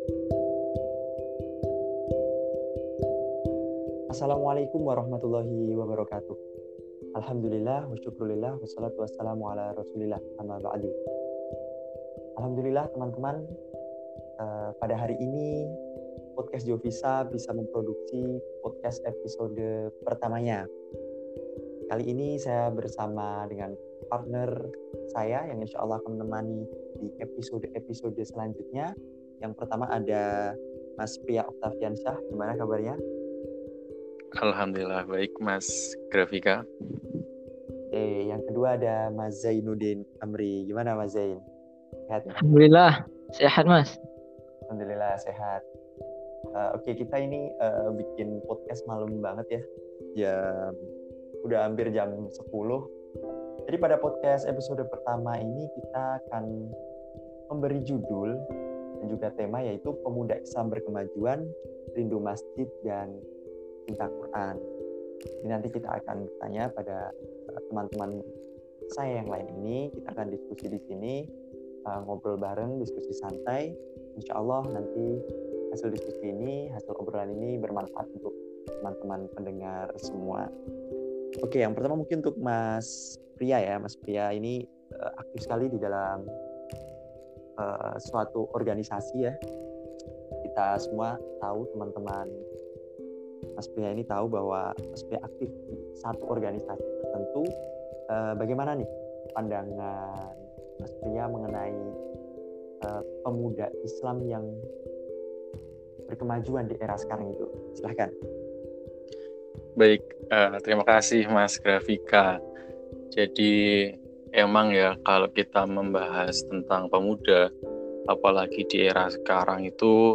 Assalamualaikum warahmatullahi wabarakatuh. Alhamdulillah, wa syukurillah, wassalatu wassalamu ala rasulillah, amma ba'du. Alhamdulillah teman-teman, pada hari ini Podcast Jovisa bisa memproduksi podcast episode pertamanya. Kali ini saya bersama dengan partner saya yang insya Allah akan menemani di episode selanjutnya. Yang pertama ada Mas Pria Oktaviansyah, gimana kabarnya? Alhamdulillah baik Mas Grafika. Yang kedua ada Mas Zainuddin Amri, gimana Mas Zain? Sehat ya? Alhamdulillah sehat Mas. Alhamdulillah sehat. Oke, kita ini bikin podcast malam banget ya. Udah hampir jam 10. Jadi pada podcast episode pertama ini kita akan memberi judul dan juga tema yaitu Pemuda Islam Berkemajuan, Rindu Masjid dan Cinta Quran. Ini nanti kita akan bertanya pada teman-teman saya yang lain ini. Kita akan diskusi di sini, ngobrol bareng, diskusi santai. Insya Allah nanti hasil diskusi ini, hasil obrolan ini bermanfaat untuk teman-teman pendengar semua. Oke, yang pertama mungkin untuk Mas Pria ya. Mas Pria ini aktif sekali di dalam suatu organisasi ya. Kita semua tahu, teman-teman Mas Pria ini tahu bahwa Mas Pria aktif di satu organisasi tertentu. Bagaimana nih pandangan Mas Pria mengenai pemuda Islam yang berkemajuan di era sekarang itu? Silahkan. Baik, terima kasih Mas Grafika. Jadi emang ya kalau kita membahas tentang pemuda, apalagi di era sekarang itu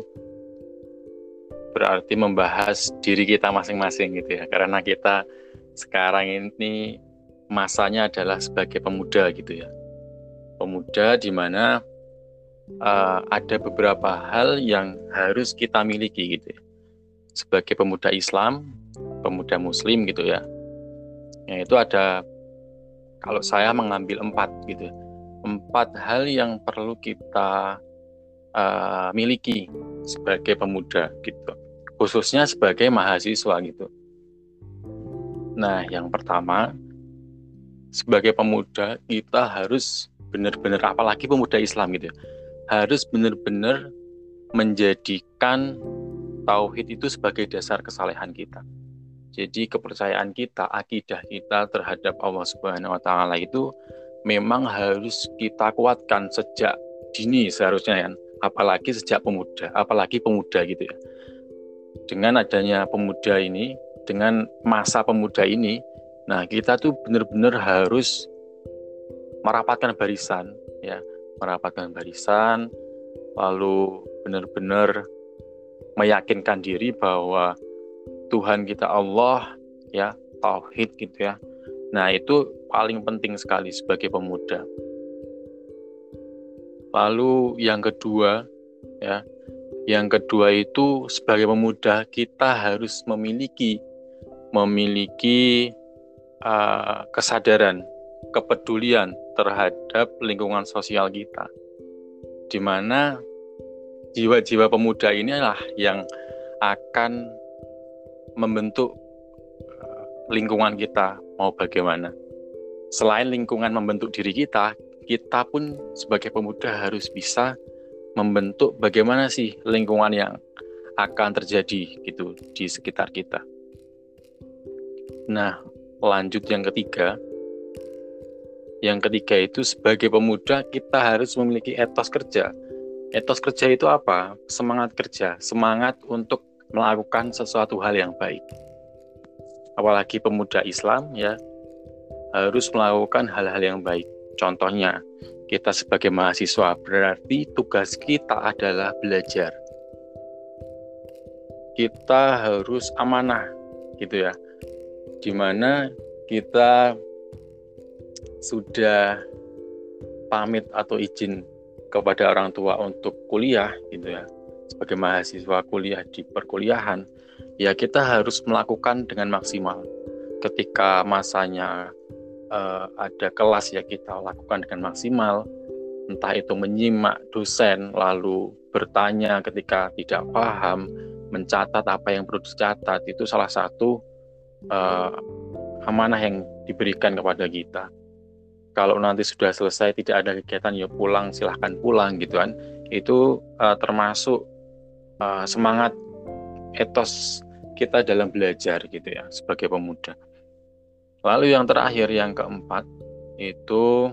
berarti membahas diri kita masing-masing gitu ya. Karena kita sekarang ini masanya adalah sebagai pemuda gitu ya. Pemuda di mana ada beberapa hal yang harus kita miliki gitu ya. Sebagai pemuda Islam, pemuda Muslim gitu ya. Yaitu ada, kalau saya mengambil 4 gitu ya. 4 hal yang perlu kita miliki sebagai pemuda gitu. Khususnya sebagai mahasiswa gitu. Nah, yang pertama, sebagai pemuda kita harus benar-benar, apalagi pemuda Islam gitu ya, harus benar-benar menjadikan tauhid itu sebagai dasar kesalehan kita. Jadi kepercayaan kita, akidah kita terhadap Allah Subhanahu wa taala itu memang harus kita kuatkan sejak dini seharusnya kan, apalagi sejak pemuda, apalagi pemuda gitu ya. Dengan adanya pemuda ini, dengan masa pemuda ini, nah kita tuh benar-benar harus merapatkan barisan ya, lalu benar-benar meyakinkan diri bahwa Tuhan kita Allah ya, tauhid gitu ya. Nah, itu paling penting sekali sebagai pemuda. Lalu yang kedua ya, itu sebagai pemuda kita harus memiliki kesadaran, kepedulian terhadap lingkungan sosial kita, di mana jiwa-jiwa pemuda inilah yang akan membentuk lingkungan kita mau bagaimana. Selain lingkungan membentuk diri kita, kita pun sebagai pemuda harus bisa membentuk bagaimana sih lingkungan yang akan terjadi gitu di sekitar kita. Nah, lanjut yang ketiga. Yang ketiga itu sebagai pemuda kita harus memiliki etos kerja. Etos kerja itu apa? Semangat kerja, semangat untuk melakukan sesuatu hal yang baik. Apalagi pemuda Islam ya, harus melakukan hal-hal yang baik. Contohnya, kita sebagai mahasiswa berarti tugas kita adalah belajar. Kita harus amanah gitu ya. Di mana kita sudah pamit atau izin kepada orang tua untuk kuliah gitu ya. Sebagai mahasiswa kuliah di perkuliahan, ya kita harus melakukan dengan maksimal. Ketika masanya ada kelas ya kita lakukan dengan maksimal, entah itu menyimak dosen lalu bertanya ketika tidak paham, mencatat apa yang perlu dicatat, itu salah satu amanah yang diberikan kepada kita. Kalau nanti sudah selesai tidak ada kegiatan, ya pulang, silahkan pulang gitu kan. Itu termasuk semangat etos kita dalam belajar gitu ya sebagai pemuda. Lalu yang terakhir, yang keempat, itu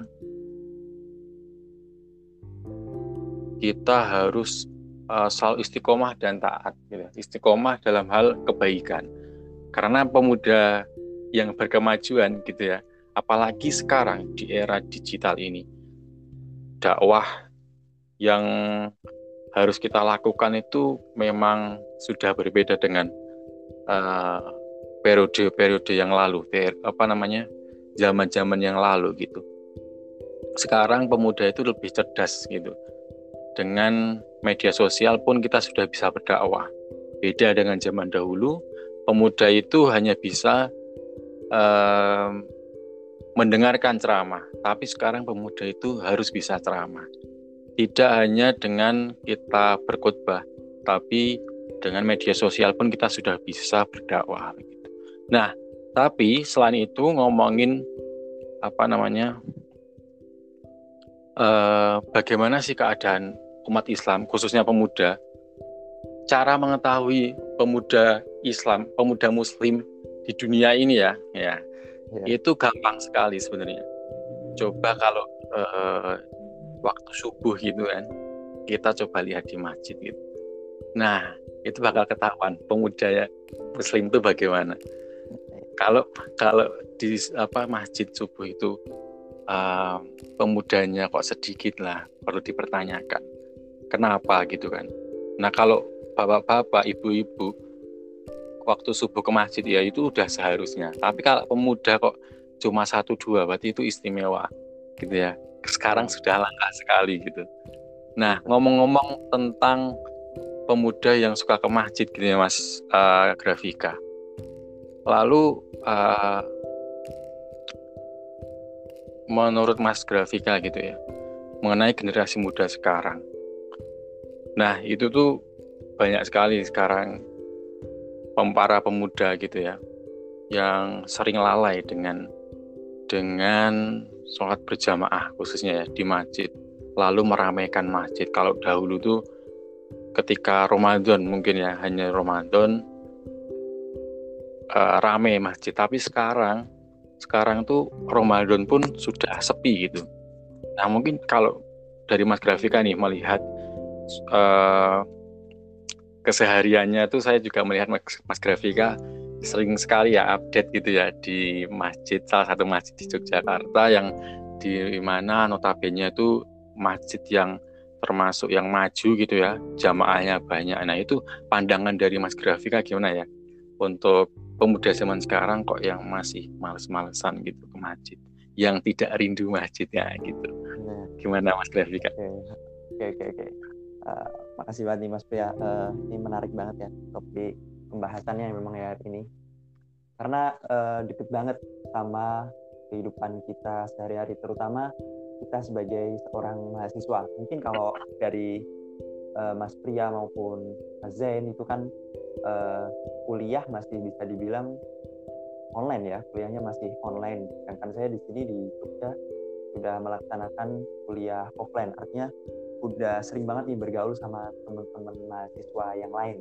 kita harus selalu istiqomah dan taat gitu. Istiqomah dalam hal kebaikan. Karena pemuda yang berkemajuan gitu ya, apalagi sekarang di era digital ini, dakwah yang harus kita lakukan itu memang sudah berbeda dengan periode-periode yang lalu, zaman-zaman yang lalu gitu. Sekarang pemuda itu lebih cerdas gitu. Dengan media sosial pun kita sudah bisa berdakwah. Beda dengan zaman dahulu, pemuda itu hanya bisa mendengarkan ceramah, tapi sekarang pemuda itu harus bisa ceramah. Tidak hanya dengan kita berkhutbah, tapi dengan media sosial pun kita sudah bisa berdakwah gitu. Nah, tapi selain itu ngomongin bagaimana sih keadaan umat Islam, khususnya pemuda, cara mengetahui pemuda Islam, pemuda Muslim di dunia ini ya. Itu gampang sekali sebenarnya. Coba kalau waktu subuh gitu kan, kita coba lihat di masjid gitu. Nah, itu bakal ketahuan pemuda Muslim itu bagaimana. Kalau di masjid subuh itu pemudanya kok sedikit lah, perlu dipertanyakan kenapa gitu kan. Nah, kalau bapak-bapak, ibu-ibu waktu subuh ke masjid ya itu udah seharusnya. Tapi kalau pemuda kok cuma 1-2, berarti itu istimewa gitu ya. Sekarang sudah langka sekali gitu. Nah, ngomong-ngomong tentang pemuda yang suka ke masjid gitu ya Mas Grafika. Lalu menurut Mas Grafika gitu ya, mengenai generasi muda sekarang. Nah, itu tuh banyak sekali sekarang para pemuda gitu ya yang sering lalai dengan sholat berjamaah khususnya ya di masjid, lalu meramaikan masjid. Kalau dahulu tuh ketika Ramadan mungkin ya, hanya Ramadan rame masjid, tapi sekarang tuh Ramadan pun sudah sepi gitu. Nah, mungkin kalau dari Mas Grafika nih melihat kesehariannya tuh, saya juga melihat Mas Grafika sering sekali ya update gitu ya di masjid, salah satu masjid di Yogyakarta yang di mana notabene itu masjid yang termasuk yang maju gitu ya, jamaahnya banyak. Nah, itu pandangan dari Mas Grafika gimana ya untuk pemuda zaman sekarang kok yang masih males-malesan gitu ke masjid, yang tidak rindu masjidnya gitu. Gimana Mas Grafika? Oke. Makasih banget nih Mas Pria. Ini menarik banget ya topik pembahasannya memang ya hari ini. Karena deket banget sama kehidupan kita sehari-hari, terutama kita sebagai seorang mahasiswa. Mungkin kalau dari Mas Pria maupun Mas Zain itu kan kuliah masih bisa dibilang online ya, kuliahnya masih online. Sedangkan saya di sini di Jogja sudah melaksanakan kuliah offline, artinya udah sering banget nih bergaul sama teman-teman mahasiswa yang lain.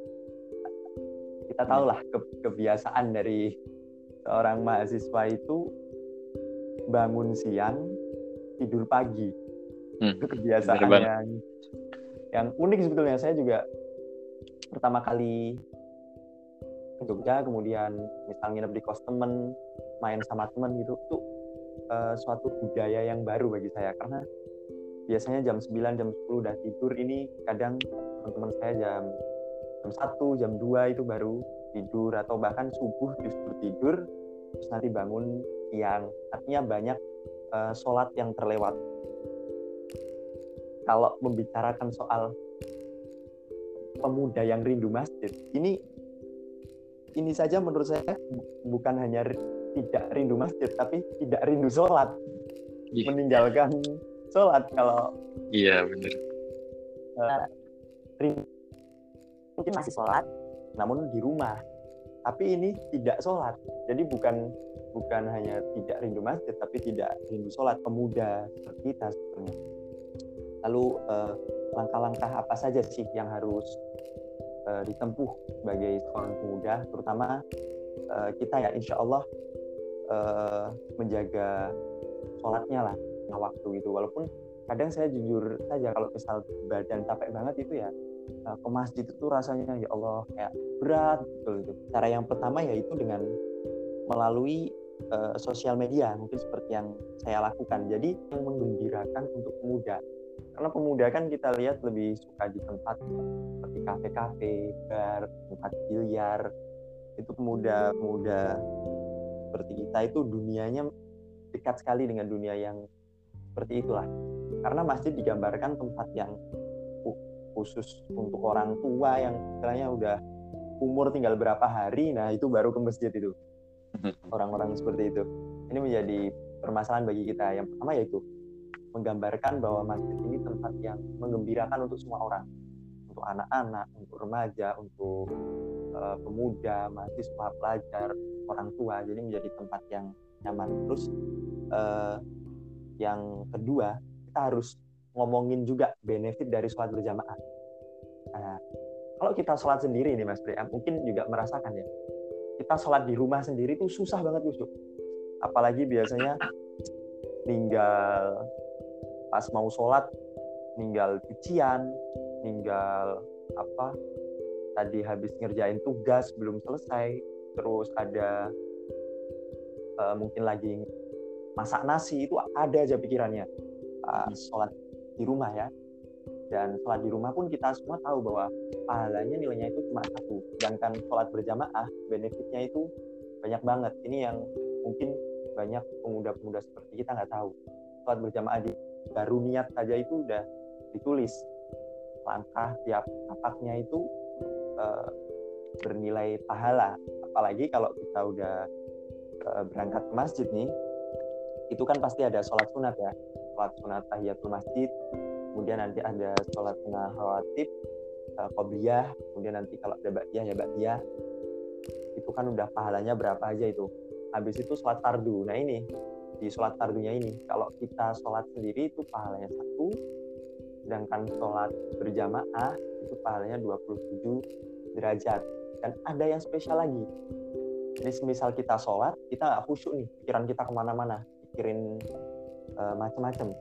Kita tahu lah kebiasaan dari seorang mahasiswa itu bangun siang, tidur pagi. Itu kebiasaan yang unik sebetulnya. Saya juga pertama kali ke Jogja, kemudian misalnya nginep di kos temen, main sama temen gitu, itu suatu budaya yang baru bagi saya. Karena biasanya jam 9, jam 10 udah tidur, ini kadang teman-teman saya jam 1, jam 2 itu baru tidur, atau bahkan subuh justru tidur, terus nanti bangun siang. Artinya banyak sholat yang terlewat. Kalau membicarakan soal pemuda yang rindu masjid, ini saja menurut saya bukan hanya tidak rindu masjid, tapi tidak rindu sholat. Meninggalkan sholat. Kalau iya benar. mungkin masih sholat namun di rumah, tapi ini tidak sholat. Jadi bukan hanya tidak rindu masjid tapi tidak rindu sholat. Pemuda seperti kita sebenarnya. Lalu langkah-langkah apa saja sih yang harus ditempuh sebagai seorang pemuda, terutama kita ya insya Allah menjaga sholatnya lah waktu gitu. Walaupun kadang saya jujur saja kalau misal badan capek banget itu ya ke masjid itu rasanya ya Allah kayak berat gitu. Cara yang pertama yaitu dengan melalui sosial media, mungkin seperti yang saya lakukan. Jadi yang menggembirakan untuk pemuda, karena pemuda kan kita lihat lebih suka di tempat seperti kafe-kafe, bar, tempat biliar. Itu pemuda seperti kita itu dunianya dekat sekali dengan dunia yang seperti itulah. Karena masjid digambarkan tempat yang khusus untuk orang tua yang istilahnya udah umur tinggal berapa hari, nah itu baru ke masjid itu. Orang-orang seperti itu. Ini menjadi permasalahan bagi kita. Yang pertama yaitu menggambarkan bahwa masjid ini tempat yang menggembirakan untuk semua orang. Untuk anak-anak, untuk remaja, untuk pemuda, mahasiswa, pelajar, orang tua. Jadi menjadi tempat yang nyaman. Terus yang kedua, kita harus ngomongin juga benefit dari sholat berjamaah. Nah, kalau kita sholat sendiri nih Mas Priam, mungkin juga merasakan ya, kita sholat di rumah sendiri tuh susah banget khusyuk. Apalagi biasanya ninggal pas mau sholat, ninggal cucian, ninggal tadi habis ngerjain tugas belum selesai, terus ada mungkin lagi masak nasi, itu ada aja pikirannya sholat di rumah ya. Dan sholat di rumah pun kita semua tahu bahwa pahalanya nilainya itu cuma 1, sedangkan sholat berjamaah benefitnya itu banyak banget. Ini yang mungkin banyak pemuda-pemuda seperti kita nggak tahu. Sholat berjamaah baru niat saja itu udah ditulis, langkah tiap tapaknya itu bernilai pahala. Apalagi kalau kita udah berangkat ke masjid nih, itu kan pasti ada sholat sunat ya, sholat sunat tahiyatul masjid, kemudian nanti ada sholat sunnah rawatib, qobliyah, kemudian nanti kalau ada ba'diyah ya ba'diyah. Itu kan udah pahalanya berapa aja itu. Habis itu sholat fardu. Nah ini, di sholat fardunya ini, kalau kita sholat sendiri itu pahalanya 1, sedangkan sholat berjamaah itu pahalanya 27 derajat. Dan ada yang spesial lagi. Jadi misal kita sholat, kita nggak khusyuk nih, pikiran kita kemana-mana, pikirin macam-macam.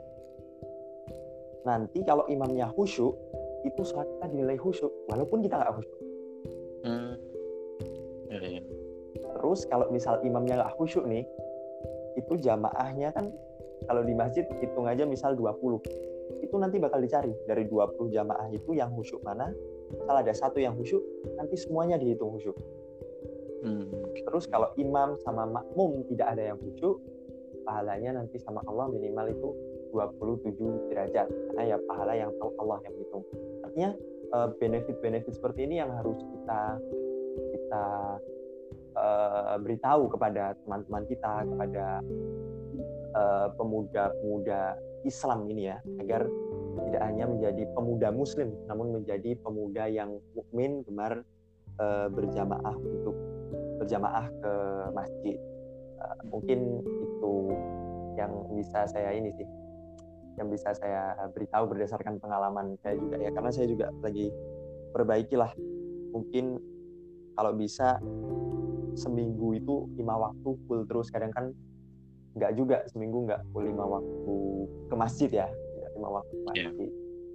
Nanti kalau imamnya khusyuk, itu sholat kita dinilai khusyuk, walaupun kita nggak khusyuk. Terus kalau misal imamnya nggak khusyuk nih, itu jamaahnya kan kalau di masjid hitung aja misal 20, itu nanti bakal dicari dari 20 jamaah itu yang khusyuk mana. Misal ada 1 yang khusyuk, nanti semuanya dihitung khusyuk. Terus kalau imam sama makmum tidak ada yang khusyuk, pahalanya nanti sama Allah minimal itu 27 derajat, karena ya pahala yang tahu Allah yang hitung. Artinya benefit-benefit seperti ini yang harus kita beritahu kepada teman-teman kita, kepada pemuda-pemuda Islam ini ya, agar tidak hanya menjadi pemuda muslim namun menjadi pemuda yang mukmin, gemar berjamaah untuk berjamaah ke masjid. Mungkin itu yang bisa saya beritahu berdasarkan pengalaman saya juga ya, karena saya juga lagi perbaikilah. Mungkin kalau bisa seminggu itu 5 waktu full terus, kadang kan nggak juga, seminggu nggak full 5 waktu ke masjid ya, 5 waktu ke masjid.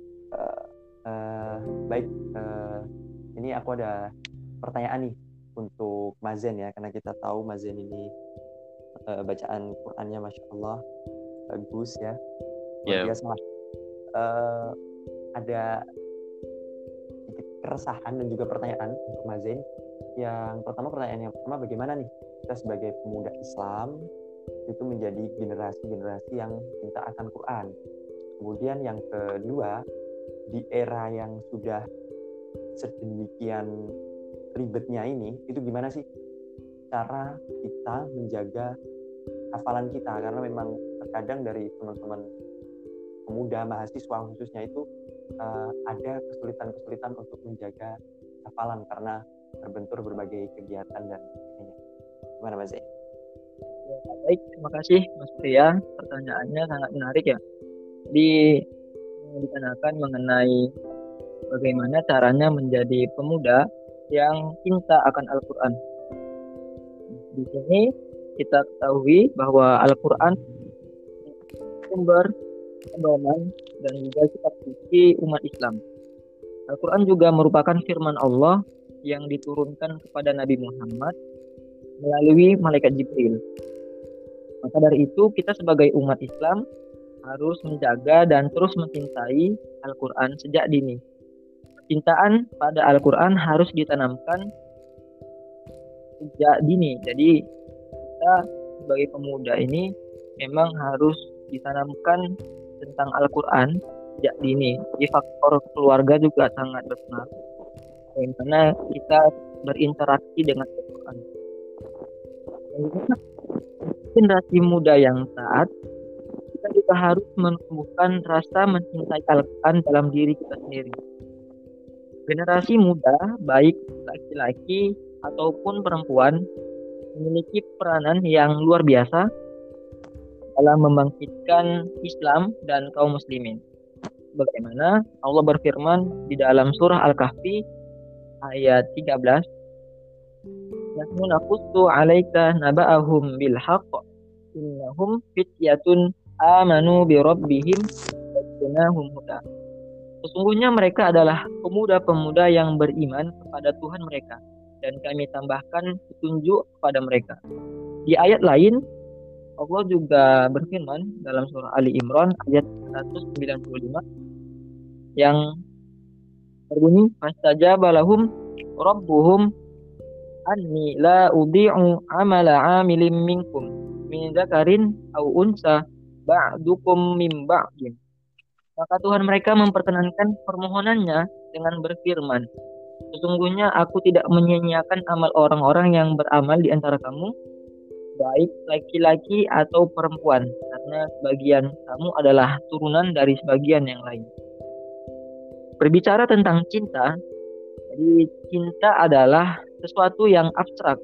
Baik, ini aku ada pertanyaan nih untuk Mazen ya, karena kita tahu Mazen ini bacaan Qur'annya Masya Allah bagus ya, luar biasa. Ada sedikit keresahan dan juga pertanyaan untuk Mazen. Pertanyaan yang pertama, bagaimana nih kita sebagai pemuda Islam itu menjadi generasi-generasi yang cinta akan Quran. Kemudian yang kedua, di era yang sudah sedemikian ribetnya ini, itu gimana sih cara kita menjaga hafalan kita? Karena memang terkadang dari teman-teman pemuda mahasiswa khususnya itu ada kesulitan-kesulitan untuk menjaga hafalan karena terbentur berbagai kegiatan dan sebagainya. Gimana Mas Zain? Ya, baik, terima kasih Mas Pria. Pertanyaannya sangat menarik ya. Jadi ditanyakan mengenai bagaimana caranya menjadi pemuda yang cinta akan Al-Quran. Di sini kita ketahui bahwa Al-Quran sumber pedoman dan juga kitab suci umat Islam. Al-Quran juga merupakan firman Allah yang diturunkan kepada Nabi Muhammad melalui malaikat Jibril. Maka dari itu kita sebagai umat Islam harus menjaga dan terus mencintai Al-Quran sejak dini. Cintaan pada Al-Quran harus ditanamkan sejak dini. Jadi kita sebagai pemuda ini memang harus ditanamkan tentang Al-Quran sejak dini. Jadi faktor keluarga juga sangat berpengaruh, bagaimana kita berinteraksi dengan Al-Quran. Generasi muda yang taat, kita juga harus menumbuhkan rasa mencintai Al-Quran dalam diri kita sendiri. Generasi muda, baik laki-laki ataupun perempuan, memiliki peranan yang luar biasa dalam membangkitkan Islam dan kaum muslimin. Bagaimana Allah berfirman di dalam surah Al-Kahfi ayat 13, "Nahnu naqussu 'alaika naba'ahum bil haqq innahum fityatun amanu bi rabbihim wa zidnahum huda." Sesungguhnya mereka adalah pemuda-pemuda yang beriman kepada Tuhan mereka dan kami tambahkan petunjuk kepada mereka. Di ayat lain Allah juga berfirman dalam surah Ali Imran ayat 195 yang berbunyi, "Fastajaba lahum rabbuhum anni la udhi'u amala 'amilin minkum min dzakarin aw unsa ba'dukum min ba'din." Maka Tuhan mereka memperkenankan permohonannya dengan berfirman, "Sesungguhnya aku tidak menyia-nyiakan amal orang-orang yang beramal di antara kamu, baik laki-laki atau perempuan, karena sebagian kamu adalah turunan dari sebagian yang lain." Berbicara tentang cinta, jadi cinta adalah sesuatu yang abstrak.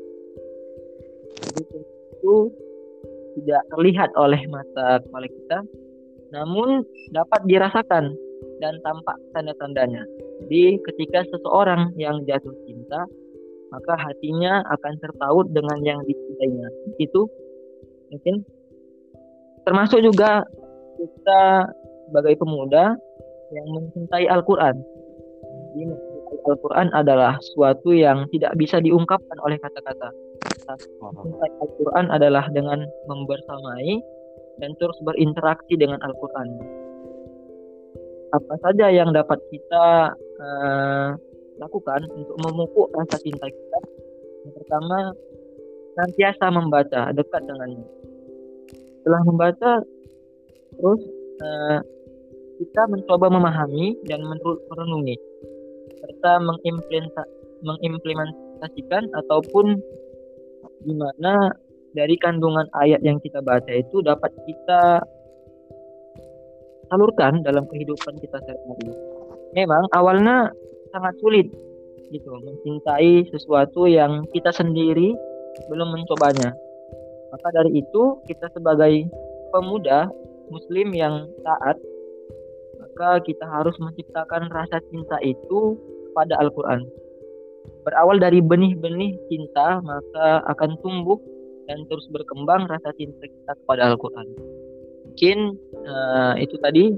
Jadi itu tidak terlihat oleh mata kepala kita, namun dapat dirasakan dan tampak tanda-tandanya. Jadi ketika seseorang yang jatuh cinta, maka hatinya akan terpaut dengan yang dicintainya. Itu mungkin termasuk juga kita sebagai pemuda yang mencintai Al-Quran. Jadi mencintai Al-Quran adalah sesuatu yang tidak bisa diungkapkan oleh kata-kata. Mencintai Al-Quran adalah dengan membersamai dan terus berinteraksi dengan Al-Quran. Apa saja yang dapat kita lakukan untuk memupuk rasa cinta kita? Yang pertama, senantiasa membaca, dekat dengannya. Setelah membaca, terus kita mencoba memahami dan merenungi, serta mengimplementasikan ataupun di mana dari kandungan ayat yang kita baca itu dapat kita salurkan dalam kehidupan kita sehari-hari. Memang awalnya sangat sulit gitu mencintai sesuatu yang kita sendiri belum mencobanya. Maka dari itu kita sebagai pemuda muslim yang taat, maka kita harus menciptakan rasa cinta itu kepada Al-Quran. Berawal dari benih-benih cinta, maka akan tumbuh dan terus berkembang rasa cinta kita kepada Al-Quran. Mungkin itu tadi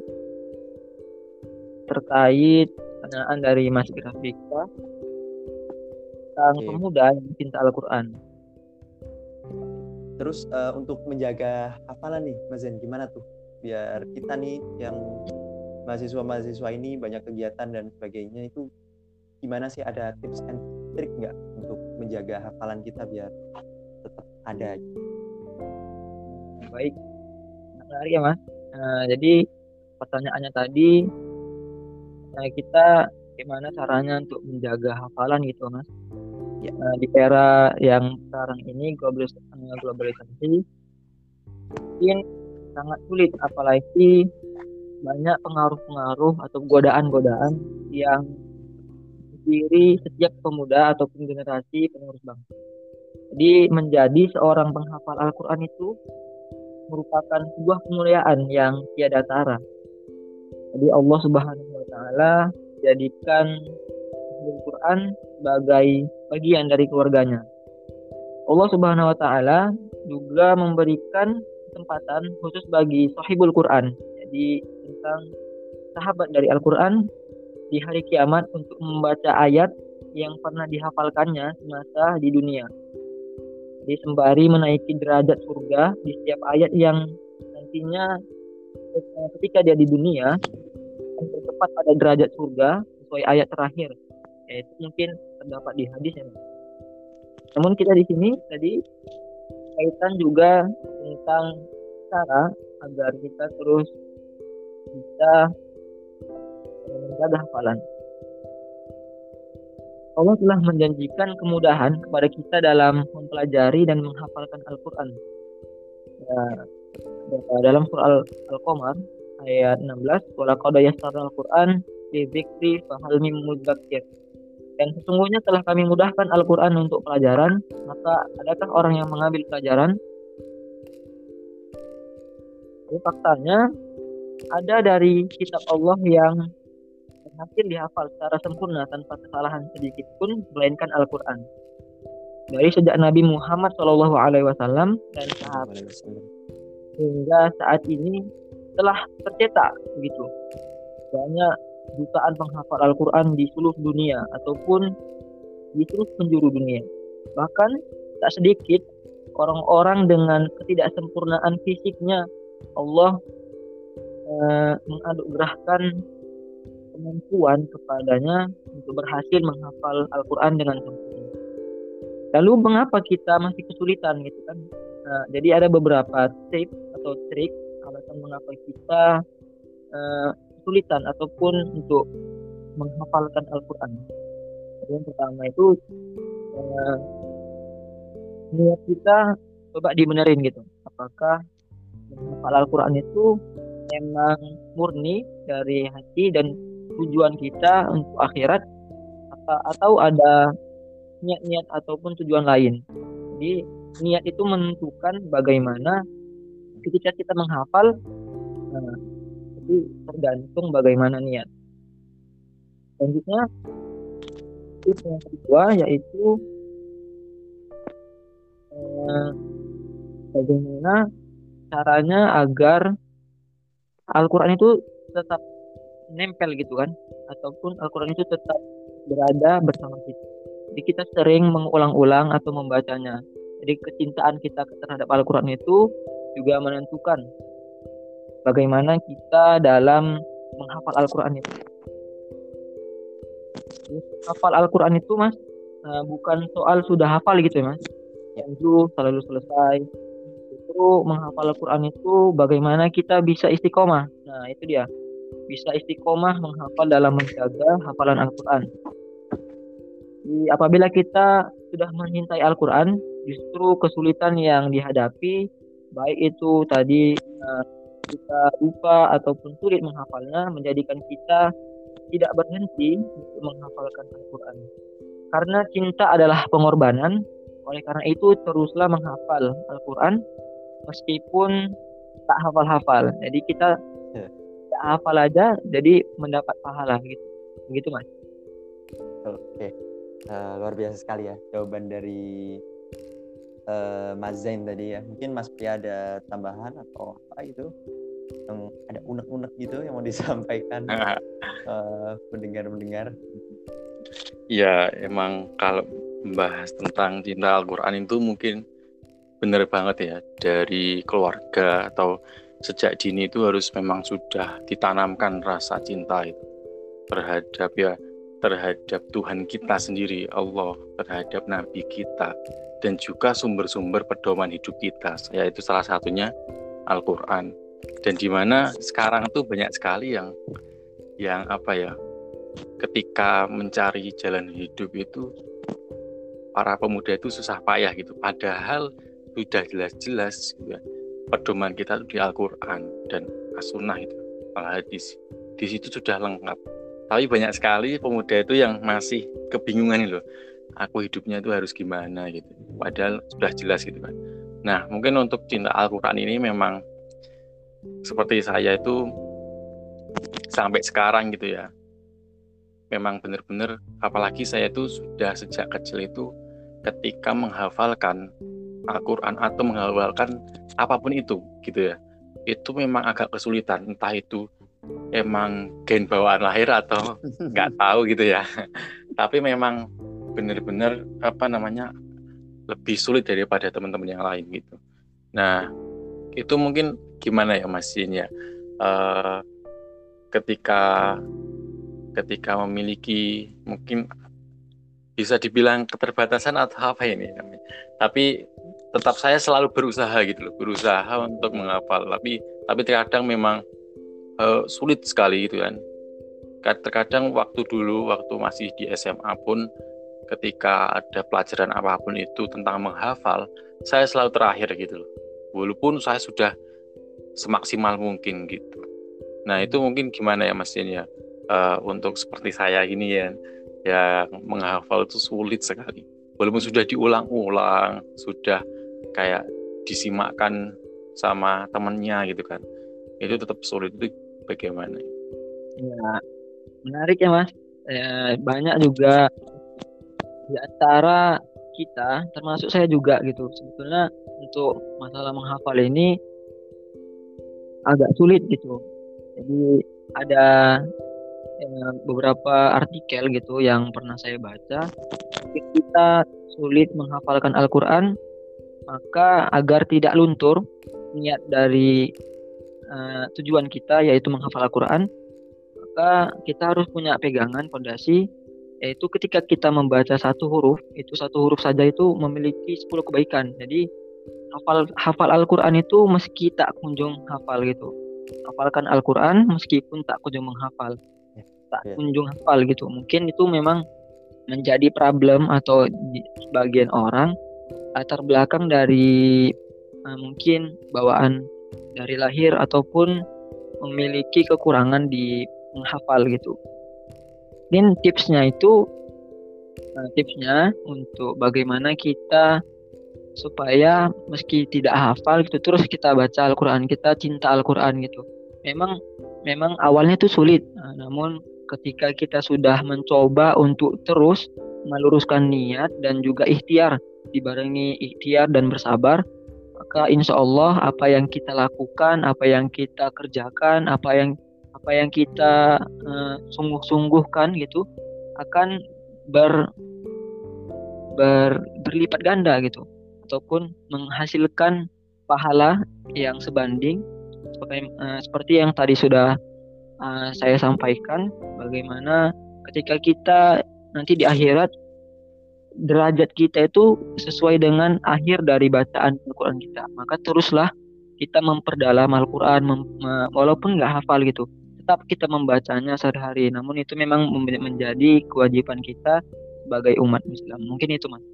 terkait pertanyaan dari Mas Grafika tentang pemuda yang cinta Al-Quran. Terus untuk menjaga hafalan nih, Mas Zain, gimana tuh? Biar kita nih yang mahasiswa-mahasiswa ini banyak kegiatan dan sebagainya, itu gimana sih, ada tips and trik nggak untuk menjaga hafalan kita biar tetap ada? Baik, menarik ya Mas. Jadi pertanyaannya tadi, kita gimana caranya untuk menjaga hafalan gitu Mas? Ya, di era yang sekarang ini globalisasi mungkin sangat sulit, apalagi banyak pengaruh-pengaruh atau godaan-godaan yang diri setiap pemuda ataupun generasi penerus bangsa. Jadi menjadi seorang penghafal Al-Quran itu merupakan sebuah kemuliaan yang tiada tara. Jadi Allah Subhanahu wa taala jadikan Al-Quran sebagai bagian dari keluarganya. Allah Subhanahu wa taala juga memberikan kesempatan khusus bagi sahibul Quran. Jadi tentang sahabat dari Al-Quran di hari kiamat untuk membaca ayat yang pernah dihafalkannya semasa di dunia. Jadi sembari menaiki derajat surga di setiap ayat yang nantinya ketika dia di dunia akan terdapat pada derajat surga sesuai ayat terakhir, yaitu mungkin terdapat di hadis ya. Namun kita di sini tadi kaitan juga tentang cara agar kita terus bisa menjaga hafalan. Allah telah menjanjikan kemudahan kepada kita dalam mempelajari dan menghafalkan Al-Quran. Ya, dalam surah Al-Qamar ayat 16, walaqad yassarnal Al-Quran lidzikri fahal mim mudzakir. Dan sesungguhnya telah kami mudahkan Al-Quran untuk pelajaran, maka adakah orang yang mengambil pelajaran? Jadi faktanya ada dari kitab Allah yang berhasil dihafal secara sempurna tanpa kesalahan sedikit pun melainkan Al-Quran. Dari sejak Nabi Muhammad SAW dan sahabat hingga saat ini telah tercetak begitu banyak jutaan penghafal Al-Quran di seluruh dunia ataupun di seluruh penjuru dunia. Bahkan tak sedikit orang-orang dengan ketidaksempurnaan fisiknya Allah menganugerahkan kemampuan kepadanya untuk berhasil menghafal Al-Quran dengan sempurna. Lalu mengapa kita masih kesulitan gitu kan? Nah, jadi ada beberapa tips atau trik alasan mengapa kita kesulitan ataupun untuk menghafalkan Al-Quran. Jadi yang pertama itu niat kita coba dibenerin gitu. Apakah menghafal Al-Quran itu memang murni dari hati dan tujuan kita untuk akhirat atau ada niat-niat ataupun tujuan lain. Jadi niat itu menentukan bagaimana ketika kita menghafal, itu tergantung bagaimana niat. Selanjutnya tips yang kedua yaitu bagaimana caranya agar Al-Quran itu tetap nempel gitu kan, ataupun Al-Quran itu tetap berada bersama kita. Jadi kita sering mengulang-ulang atau membacanya. Jadi kecintaan kita terhadap Al-Quran itu juga menentukan bagaimana kita dalam menghafal Al-Quran itu. Jadi, hafal Al-Quran itu mas bukan soal sudah hafal gitu ya mas, yang itu selalu selesai. Justru menghafal Al-Quran itu bagaimana kita bisa istiqomah. Nah itu dia, bisa istiqomah menghafal dalam menjaga hafalan Al-Quran. Jadi, apabila kita sudah mencintai Al-Quran, justru kesulitan yang dihadapi, baik itu tadi kita lupa ataupun sulit menghafalnya, menjadikan kita tidak berhenti untuk menghafalkan Al-Quran. Karena cinta adalah pengorbanan, oleh karena itu teruslah menghafal Al-Quran meskipun tak hafal-hafal. Jadi kita tak hafal aja, jadi mendapat pahala gitu. Begitu mas. Oke. Luar biasa sekali ya jawaban dari Mas Zain tadi ya. Mungkin Mas Pria ada tambahan atau apa gitu, yang ada unek-unek gitu yang mau disampaikan pendengar-pendengar. Ya emang kalau membahas tentang cinta Al-Quran itu mungkin benar banget ya, dari keluarga atau sejak dini itu harus memang sudah ditanamkan rasa cinta itu terhadap Tuhan kita sendiri, Allah, terhadap Nabi kita, dan juga sumber-sumber pedoman hidup kita, yaitu salah satunya Al-Quran. Dan di mana sekarang tuh banyak sekali yang apa ya, ketika mencari jalan hidup itu para pemuda itu susah payah gitu, padahal sudah jelas-jelas gitu ya, pedoman kita itu di Al-Quran dan As-Sunnah itu. menghafal hadis. Di situ sudah lengkap. Tapi banyak sekali pemuda itu yang masih kebingungan loh. Aku hidupnya itu harus gimana gitu. Padahal sudah jelas gitu kan. Nah, mungkin untuk cinta Al-Quran ini memang seperti saya itu sampai sekarang gitu ya. Memang benar-benar, apalagi saya itu sudah sejak kecil itu ketika menghafalkan Al-Quran atau menghafalkan apapun itu gitu ya. Itu memang agak kesulitan, entah itu emang gen bawaan lahir atau nggak tahu gitu ya. Tapi memang benar-benar lebih sulit daripada teman-teman yang lain gitu. Nah, itu mungkin gimana ya Mas Jin ya, ketika memiliki mungkin bisa dibilang keterbatasan atau apa ini namanya. Tapi tetap saya selalu berusaha gitu loh, berusaha untuk menghafal. Tapi terkadang memang sulit sekali gitu kan. Terkadang waktu masih di SMA pun ketika ada pelajaran apapun itu tentang menghafal, saya selalu terakhir gitu loh. Walaupun saya sudah semaksimal mungkin gitu. Nah, itu mungkin gimana ya Mas Jen ya? Untuk seperti saya gini ya, menghafal itu sulit sekali. Walaupun sudah diulang-ulang, sudah kayak disimakkan sama temannya gitu kan. Itu tetap sulit. Itu bagaimana? Ya, menarik ya Mas. Banyak juga di antara kita, termasuk saya juga gitu. Sebetulnya untuk masalah menghafal ini agak sulit gitu. Jadi ada beberapa artikel gitu yang pernah saya baca. Jika kita sulit menghafalkan Al-Quran, maka agar tidak luntur niat dari tujuan kita yaitu menghafal Al-Quran, maka kita harus punya pegangan fondasi, yaitu ketika kita membaca satu huruf saja itu memiliki 10 kebaikan. Jadi hafal Al-Quran itu meski tak kunjung hafal gitu. Hafalkan Al-Quran meskipun tak kunjung menghafal, tak kunjung hafal gitu. Mungkin itu memang menjadi problem atau sebagian orang latar belakang dari mungkin bawaan dari lahir ataupun memiliki kekurangan di menghafal gitu. Dan tipsnya untuk bagaimana kita supaya meski tidak hafal gitu terus kita baca Al-Quran, kita cinta Al-Quran gitu. Memang awalnya itu sulit, namun ketika kita sudah mencoba untuk terus meluruskan niat dan juga ikhtiar, dibarengi ikhtiar dan bersabar, maka insya Allah apa yang kita lakukan, apa yang kita kerjakan, apa yang kita sungguh-sungguhkan gitu akan berlipat ganda gitu, ataupun menghasilkan pahala yang sebanding seperti yang tadi sudah saya sampaikan, bagaimana ketika kita nanti di akhirat derajat kita itu sesuai dengan akhir dari bacaan Al-Quran kita, maka teruslah kita memperdalam Al-Quran walaupun nggak hafal gitu, tetap kita membacanya sehari-hari. Namun itu memang menjadi kewajiban kita sebagai umat Islam. Mungkin itu Mas.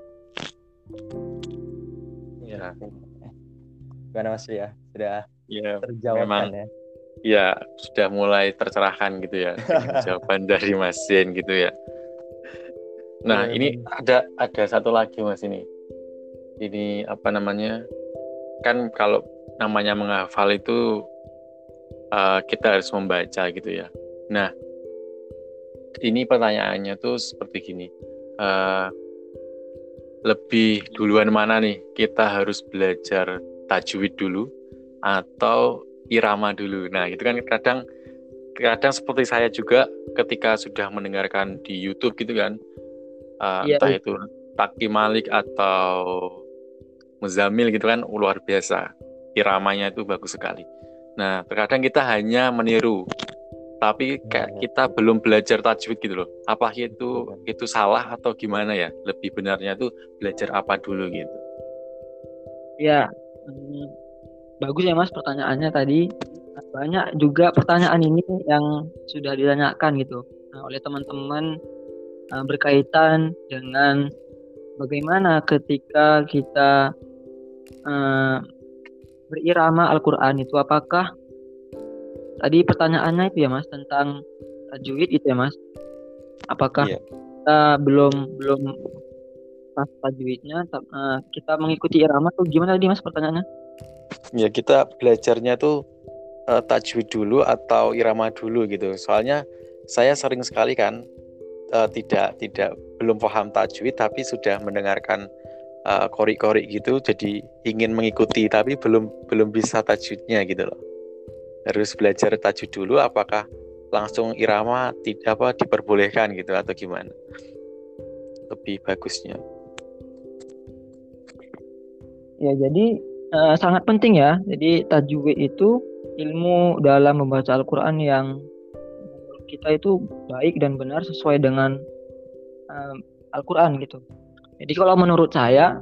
Ya, gimana Mas ya? Sudah terjawabkan memang, ya? Ya, sudah mulai tercerahkan gitu ya jawaban dari Mas Zen gitu ya. Nah, ini ada satu lagi Mas ini. Ini apa namanya? Kan kalau namanya menghafal itu kita harus membaca gitu ya. Nah, ini pertanyaannya tuh seperti gini. Lebih duluan mana nih? Kita harus belajar tajwid dulu atau irama dulu. Nah, itu kan kadang seperti saya juga ketika sudah mendengarkan di YouTube gitu kan, entah itu Taki Malik atau Muzamil gitu kan, luar biasa. Iramanya itu bagus sekali. Nah, terkadang kita hanya meniru, tapi kayak kita belum belajar tajwid gitu loh. Apa itu salah atau gimana ya? Lebih benarnya tuh belajar apa dulu gitu? Ya, bagus ya Mas pertanyaannya tadi. Banyak juga pertanyaan ini yang sudah ditanyakan gitu oleh teman-teman berkaitan dengan bagaimana ketika kita berirama Al-Quran itu, apakah tadi pertanyaannya itu ya Mas tentang tajwid itu ya Mas. Apakah Iya. kita belum pas tajwidnya kita mengikuti irama tuh gimana tadi Mas pertanyaannya? Ya, kita belajarnya tuh tajwid dulu atau irama dulu gitu. Soalnya saya sering sekali kan tidak belum paham tajwid tapi sudah mendengarkan kori-kori gitu, jadi ingin mengikuti tapi belum bisa tajwidnya gitu loh. Harus belajar tajwid dulu, apakah langsung irama tidak diperbolehkan gitu atau gimana lebih bagusnya? Ya jadi sangat penting ya. Jadi tajwid itu ilmu dalam membaca Al-Quran yang menurut kita itu baik dan benar sesuai dengan Al-Quran gitu. Jadi kalau menurut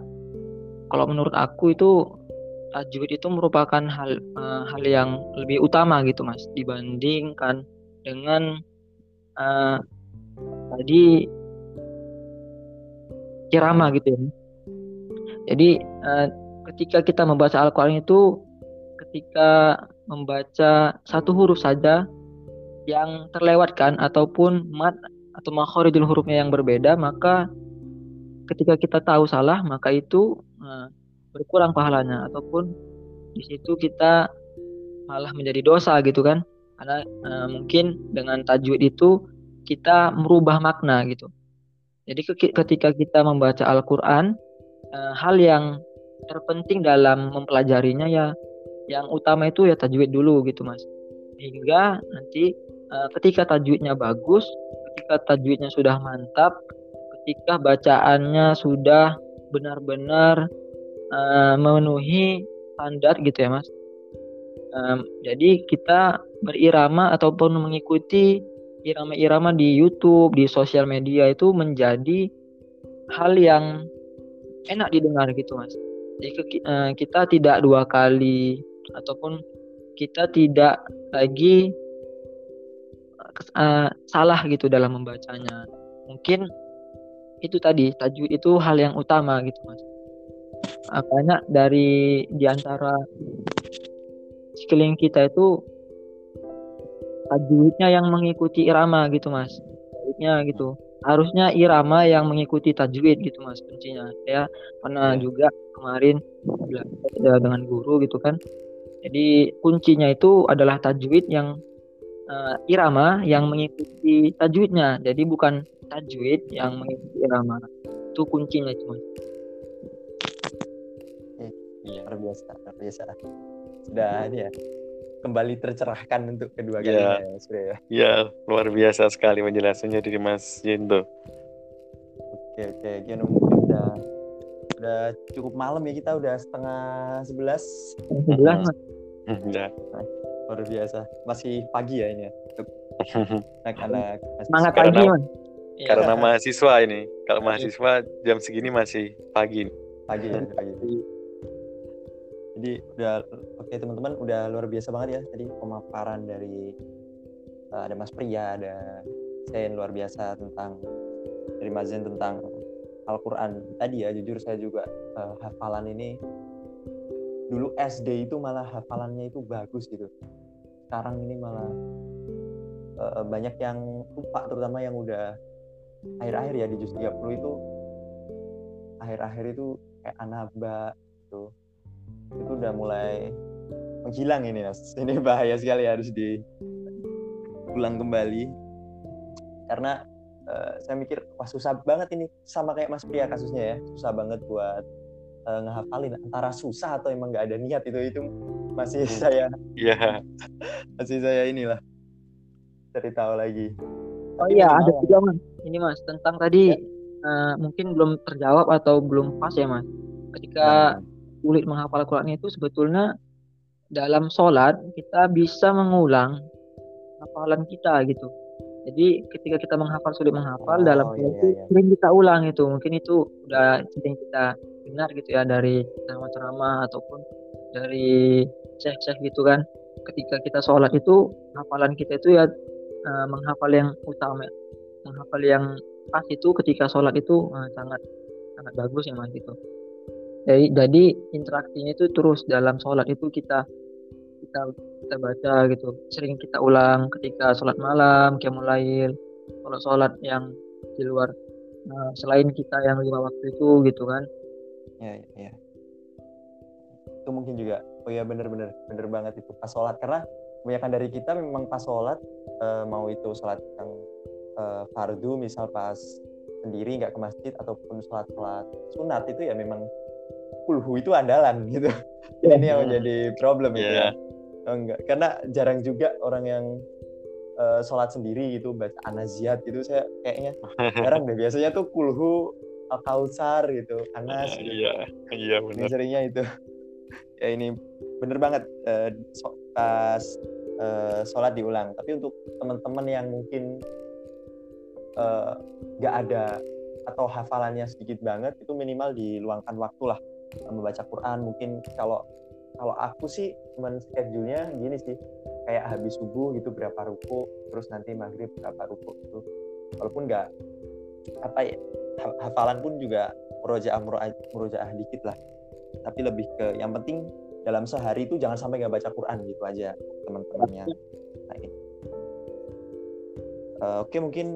aku itu tajwid itu merupakan hal yang lebih utama gitu Mas dibandingkan dengan tadi irama gitu ya. Jadi ketika kita membaca Al-Quran itu ketika membaca satu huruf saja yang terlewatkan ataupun mat atau makhorijul hurufnya yang berbeda, maka ketika kita tahu salah maka itu berkurang pahalanya ataupun di situ kita malah menjadi dosa gitu kan, karena mungkin dengan tajwid itu kita merubah makna gitu. Jadi ketika kita membaca Al-Quran, hal yang terpenting dalam mempelajarinya ya yang utama itu ya tajwid dulu gitu Mas, hingga nanti ketika tajwidnya bagus, ketika tajwidnya sudah mantap, ketika bacaannya sudah benar-benar memenuhi standar gitu ya Mas. Jadi kita berirama ataupun mengikuti irama-irama di YouTube, di sosial media itu menjadi hal yang enak didengar gitu Mas. Jadi kita tidak dua kali ataupun kita tidak lagi salah gitu dalam membacanya. Mungkin itu tadi tajwid itu hal yang utama gitu Mas. Banyak dari diantara sekeliling kita itu tajwidnya yang mengikuti irama gitu Mas. Tajwidnya gitu. Harusnya irama yang mengikuti tajwid gitu Mas kuncinya. Saya pernah juga kemarin belajar dengan guru gitu kan. Jadi kuncinya itu adalah tajwid yang irama yang mengikuti tajwidnya. Jadi bukan tajwid yang mengikuti irama. Itu kuncinya itu Mas. Iya, luar biasa. Sudah ya kembali tercerahkan untuk kedua kalinya ya Mas Bro ya. Ya, luar biasa sekali penjelasannya dari Mas Yento. Oke, Gino, mungkin udah cukup malam ya, kita udah 10:30. 11 Mas. Ya. Luar biasa. Masih pagi ya ini untuk anak-anak. Semangat pagi Mas. Karena mahasiswa ini. Kalau mahasiswa jam segini masih pagi. Pagi. Jadi udah oke teman-teman, udah luar biasa banget ya tadi pemaparan dari ada Mas Pria, ada Zain, luar biasa dari Mas Zain tentang Al-Quran tadi ya. Jujur saya juga hafalan ini dulu SD itu malah hafalannya itu bagus gitu. Sekarang ini malah banyak yang lupa, terutama yang udah akhir-akhir ya di juz 30 itu akhir-akhir itu kayak anaba gitu. Itu udah mulai menghilang ini Mas. Ini bahaya sekali, harus diulang kembali. Karena saya mikir wah susah banget ini, sama kayak Mas Pria kasusnya ya. Susah banget buat ngehafalin, antara susah atau emang nggak ada niat itu masih saya inilah cari tahu lagi. Oh iya, ada juga Mas. Ini Mas tentang tadi mungkin belum terjawab atau belum pas ya Mas. Ketika sulit menghafal Al-Quran itu sebetulnya dalam sholat kita bisa mengulang hafalan kita gitu. Jadi ketika kita sulit menghafal dalam sholat itu sering kita ulang itu. Mungkin itu udah sering kita dengar gitu ya dari ceramah-ceramah ataupun dari syekh-syekh gitu kan. Ketika kita sholat itu hafalan kita itu ya menghafal yang utama, menghafal yang pas itu ketika sholat itu sangat bagus ya Mas gitu. Jadi interaksinya itu terus dalam sholat itu kita kita baca gitu, sering kita ulang ketika sholat malam, qiyamul lail, sholat yang di luar selain kita yang 5 waktu itu gitu kan. Ya. Itu mungkin juga, oh ya bener banget itu pas sholat, karena kebanyakan dari kita memang pas sholat, mau itu sholat yang fardu misal pas sendiri nggak ke masjid, ataupun sholat sunat itu ya memang kulhu itu andalan gitu. Ini yang menjadi problem itu ya. Oh, enggak, karena jarang juga orang yang sholat sendiri gitu baca An-Naziat gitu, saya kayaknya jarang deh. Biasanya tuh kulhu, Al-Kautsar gitu, Anas gitu. Iya benar. Ini seringnya itu. Ya ini bener banget, pas sholat diulang. Tapi untuk teman-teman yang mungkin nggak ada atau hafalannya sedikit banget, itu minimal diluangkan waktu lah membaca Quran. Mungkin kalau aku sih cuman schedule-nya gini sih, kayak habis subuh gitu berapa ruku, terus nanti maghrib berapa ruku gitu. Walaupun nggak hafalan pun juga murojaah dikit lah, tapi lebih ke yang penting dalam sehari itu jangan sampai nggak baca Quran gitu aja teman-temannya. Nah, ini. Oke, mungkin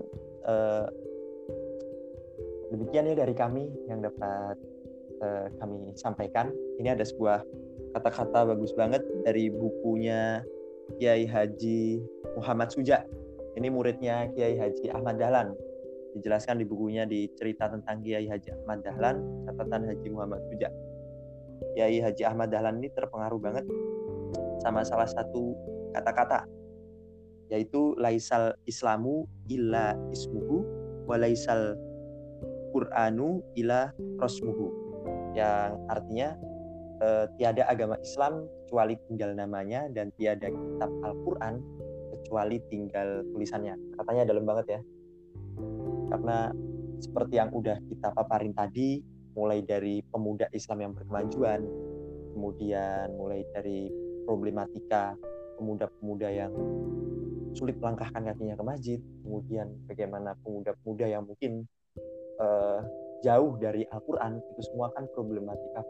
demikian ya dari kami yang dapat kami sampaikan. Ini ada sebuah kata-kata bagus banget dari bukunya Kiai Haji Muhammad Suja. Ini muridnya Kiai Haji Ahmad Dahlan. Dijelaskan di bukunya, di cerita tentang Kiai Haji Ahmad Dahlan, catatan Haji Muhammad Suja. Kiai Haji Ahmad Dahlan ini terpengaruh banget sama salah satu kata-kata, yaitu laisal islamu illa ismuhu wa laisal Qur'anu illa rasmuhu, yang artinya tiada agama Islam kecuali tinggal namanya, dan tiada kitab Al-Quran kecuali tinggal tulisannya. Katanya dalam banget ya, karena seperti yang udah kita paparin tadi, mulai dari pemuda Islam yang berkemajuan, kemudian mulai dari problematika pemuda-pemuda yang sulit melangkahkan kakinya ke masjid, kemudian bagaimana pemuda-pemuda yang mungkin jauh dari Al-Quran, itu semua kan problematika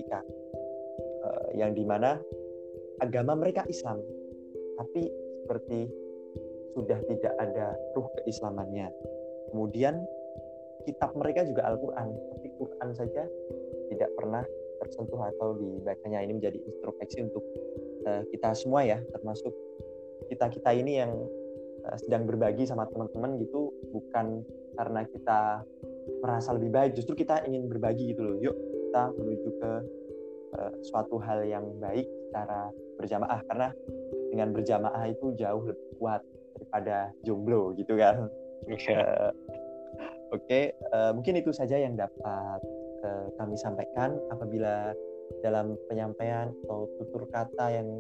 yang dimana agama mereka Islam, tapi seperti sudah tidak ada ruh keislamannya. Kemudian kitab mereka juga Al-Quran, tapi Quran saja tidak pernah tersentuh atau dibacanya. Ini menjadi introspeksi untuk kita semua ya, termasuk kita ini yang sedang berbagi sama teman-teman gitu, bukan karena kita merasa lebih baik, justru kita ingin berbagi gitu loh. Yuk kita menuju ke suatu hal yang baik secara berjamaah, karena dengan berjamaah itu jauh lebih kuat daripada jomblo gitu kan. Oke, mungkin itu saja yang dapat kami sampaikan. Apabila dalam penyampaian atau tutur kata yang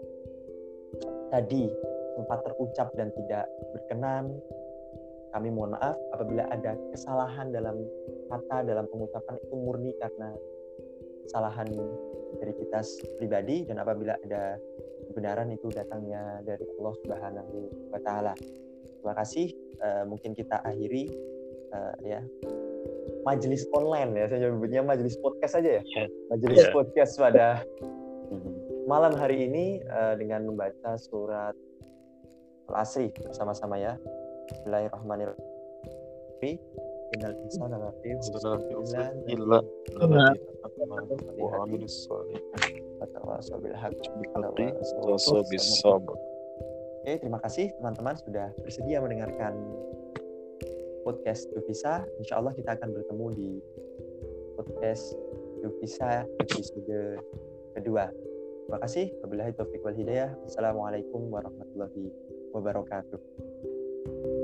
tadi sempat terucap dan tidak berkenan, kami mohon maaf. Apabila ada kesalahan dalam kata, dalam pengucapan, itu murni karena kesalahan dari kita pribadi, dan apabila ada kebenaran itu datangnya dari Allah Subhanahu wa Ta'ala. Terima kasih. Mungkin kita akhiri ya majelis online ya, saya nyebutnya majelis podcast aja ya. Majelis podcast pada malam hari ini dengan membaca surat Al-Asri bersama-sama ya. Bismillahirrahmanirrahim. Innal insana lafi khusr illa wa amilus shalih wa tawassaw bil haqqi wa tawassaw bis sabr. Oke, terima kasih teman-teman sudah bersedia mendengarkan podcast Duvisa. Insyaallah kita akan bertemu di podcast Duvisa episode kedua. Terima kasih. Wabillahi taufiq wal hidayah. Wassalamualaikum warahmatullahi wabarakatuh.